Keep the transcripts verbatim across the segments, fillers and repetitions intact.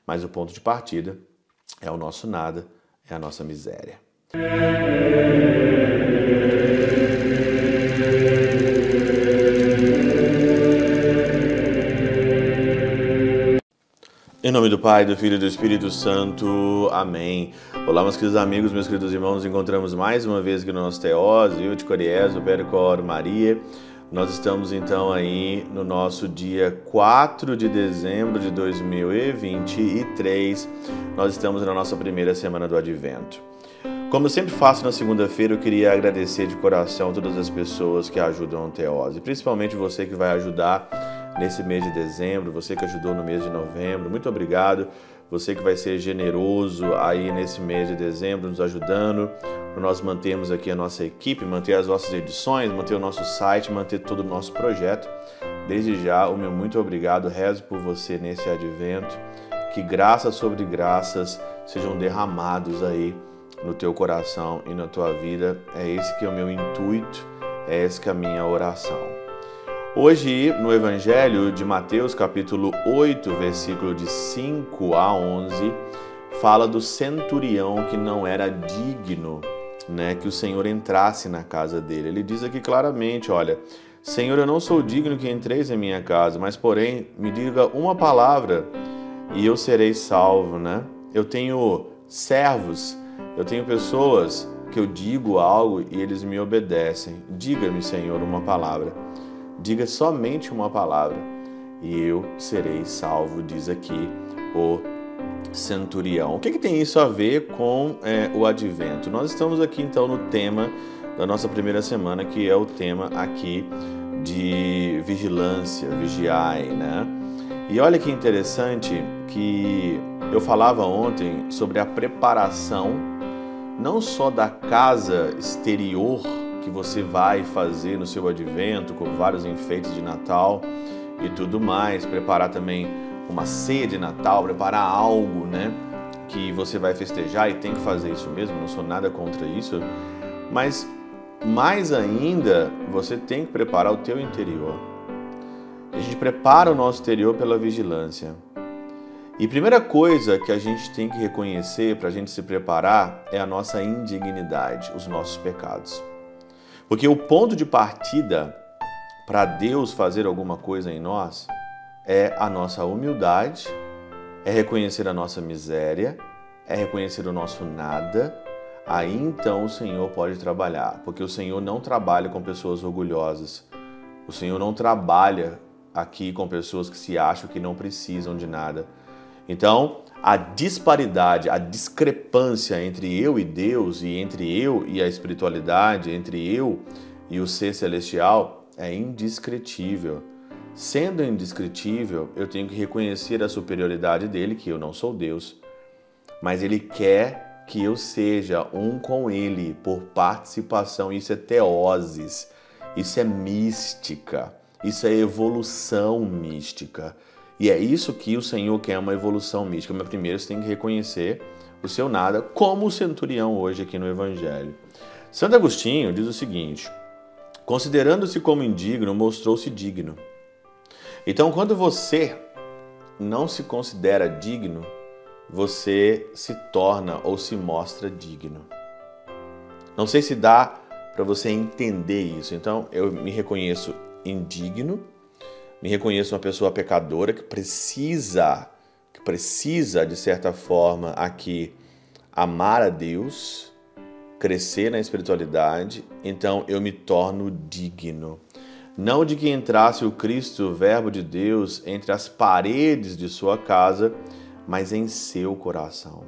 mas o ponto de partida é o nosso nada, é a nossa miséria. Em nome do Pai, do Filho e do Espírito Santo. Amém. Olá, meus queridos amigos, meus queridos irmãos. Nos encontramos mais uma vez aqui no nosso Teós, eu de Coriés, o Percor Maria. Nós estamos então aí no nosso dia quatro de dezembro de dois mil e vinte e três. Nós estamos na nossa primeira semana do Advento. Como eu sempre faço na segunda-feira, eu queria agradecer de coração todas as pessoas que ajudam o Teós, e principalmente você que vai ajudar nesse mês de dezembro, você que ajudou no mês de novembro, muito obrigado. Você que vai ser generoso aí nesse mês de dezembro, nos ajudando, para nós mantermos aqui a nossa equipe, manter as nossas edições, manter o nosso site, manter todo o nosso projeto. Desde já, o meu muito obrigado, rezo por você nesse advento, que graças sobre graças sejam derramados aí no teu coração e na tua vida. É esse que é o meu intuito, é essa que é a minha oração. Hoje, no Evangelho de Mateus, capítulo oito, versículo de cinco a onze, fala do centurião que não era digno, né, que o Senhor entrasse na casa dele. Ele diz aqui claramente, olha, Senhor, eu não sou digno que entreis em minha casa, mas porém, me diga uma palavra e eu serei salvo, né? Eu tenho servos, eu tenho pessoas que eu digo algo e eles me obedecem. Diga-me, Senhor, uma palavra. Diga somente uma palavra e eu serei salvo, diz aqui o centurião. O que, que tem isso a ver com é, o advento? Nós estamos aqui então no tema da nossa primeira semana, que é o tema aqui de vigilância, vigiai, né? E olha que interessante que eu falava ontem sobre a preparação não só da casa exterior que você vai fazer no seu advento, com vários enfeites de Natal e tudo mais, preparar também uma ceia de Natal, preparar algo, né, que você vai festejar, e tem que fazer isso mesmo, não sou nada contra isso, mas mais ainda, você tem que preparar o teu interior. A gente prepara o nosso interior pela vigilância. E a primeira coisa que a gente tem que reconhecer para a gente se preparar é a nossa indignidade, os nossos pecados. Porque o ponto de partida para Deus fazer alguma coisa em nós é a nossa humildade, é reconhecer a nossa miséria, é reconhecer o nosso nada. Aí então o Senhor pode trabalhar, porque o Senhor não trabalha com pessoas orgulhosas. O Senhor não trabalha aqui com pessoas que se acham que não precisam de nada. Então, a disparidade, a discrepância entre eu e Deus, e entre eu e a espiritualidade, entre eu e o ser celestial, é indescritível. Sendo indescritível, eu tenho que reconhecer a superioridade dele, que eu não sou Deus, mas ele quer que eu seja um com ele por participação. Isso é teoses, isso é mística, isso é evolução mística. E é isso que o Senhor quer, uma evolução mística. Mas primeiro você tem que reconhecer o seu nada, como o centurião hoje aqui no Evangelho. Santo Agostinho diz o seguinte: considerando-se como indigno, mostrou-se digno. Então, quando você não se considera digno, você se torna ou se mostra digno. Não sei se dá para você entender isso. Então, eu me reconheço indigno, me reconheço uma pessoa pecadora que precisa, que precisa, de certa forma, aqui amar a Deus, crescer na espiritualidade, então eu me torno digno. Não de que entrasse o Cristo, o Verbo de Deus, entre as paredes de sua casa, mas em seu coração.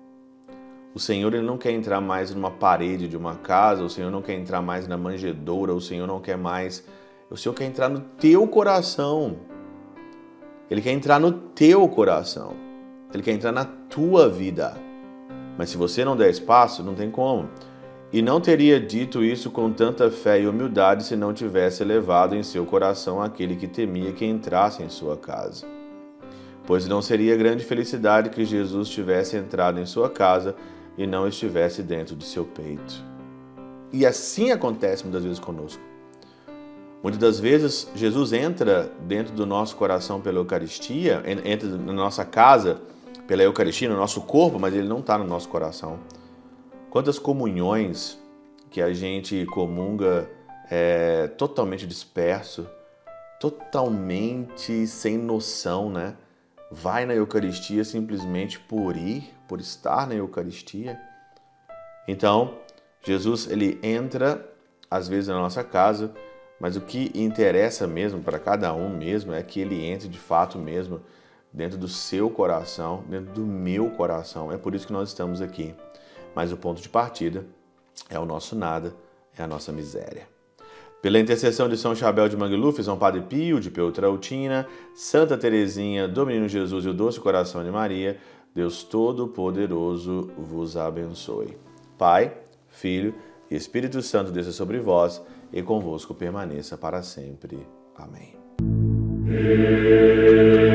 O Senhor ele não quer entrar mais numa parede de uma casa, o Senhor não quer entrar mais na manjedoura, o Senhor não quer mais... O Senhor quer entrar no teu coração. Ele quer entrar no teu coração. Ele quer entrar na tua vida. Mas se você não der espaço, não tem como. E não teria dito isso com tanta fé e humildade se não tivesse elevado em seu coração aquele que temia que entrasse em sua casa. Pois não seria grande felicidade que Jesus tivesse entrado em sua casa e não estivesse dentro de seu peito. E assim acontece muitas vezes conosco. Muitas das vezes, Jesus entra dentro do nosso coração pela Eucaristia, entra na nossa casa pela Eucaristia no nosso corpo, mas ele não está no nosso coração. Quantas comunhões que a gente comunga é, totalmente disperso, totalmente sem noção, né? Vai na Eucaristia simplesmente por ir, por estar na Eucaristia. Então, Jesus, ele entra às vezes na nossa casa, mas o que interessa mesmo para cada um mesmo é que ele entre de fato mesmo dentro do seu coração, dentro do meu coração. É por isso que nós estamos aqui. Mas o ponto de partida é o nosso nada, é a nossa miséria. Pela intercessão de São Chabel de Mangluf, São Padre Pio de Peltrautina, Santa Teresinha do Menino Jesus e o Doce Coração de Maria, Deus Todo-Poderoso vos abençoe. Pai, Filho e Espírito Santo desça sobre vós e convosco permaneça para sempre. Amém.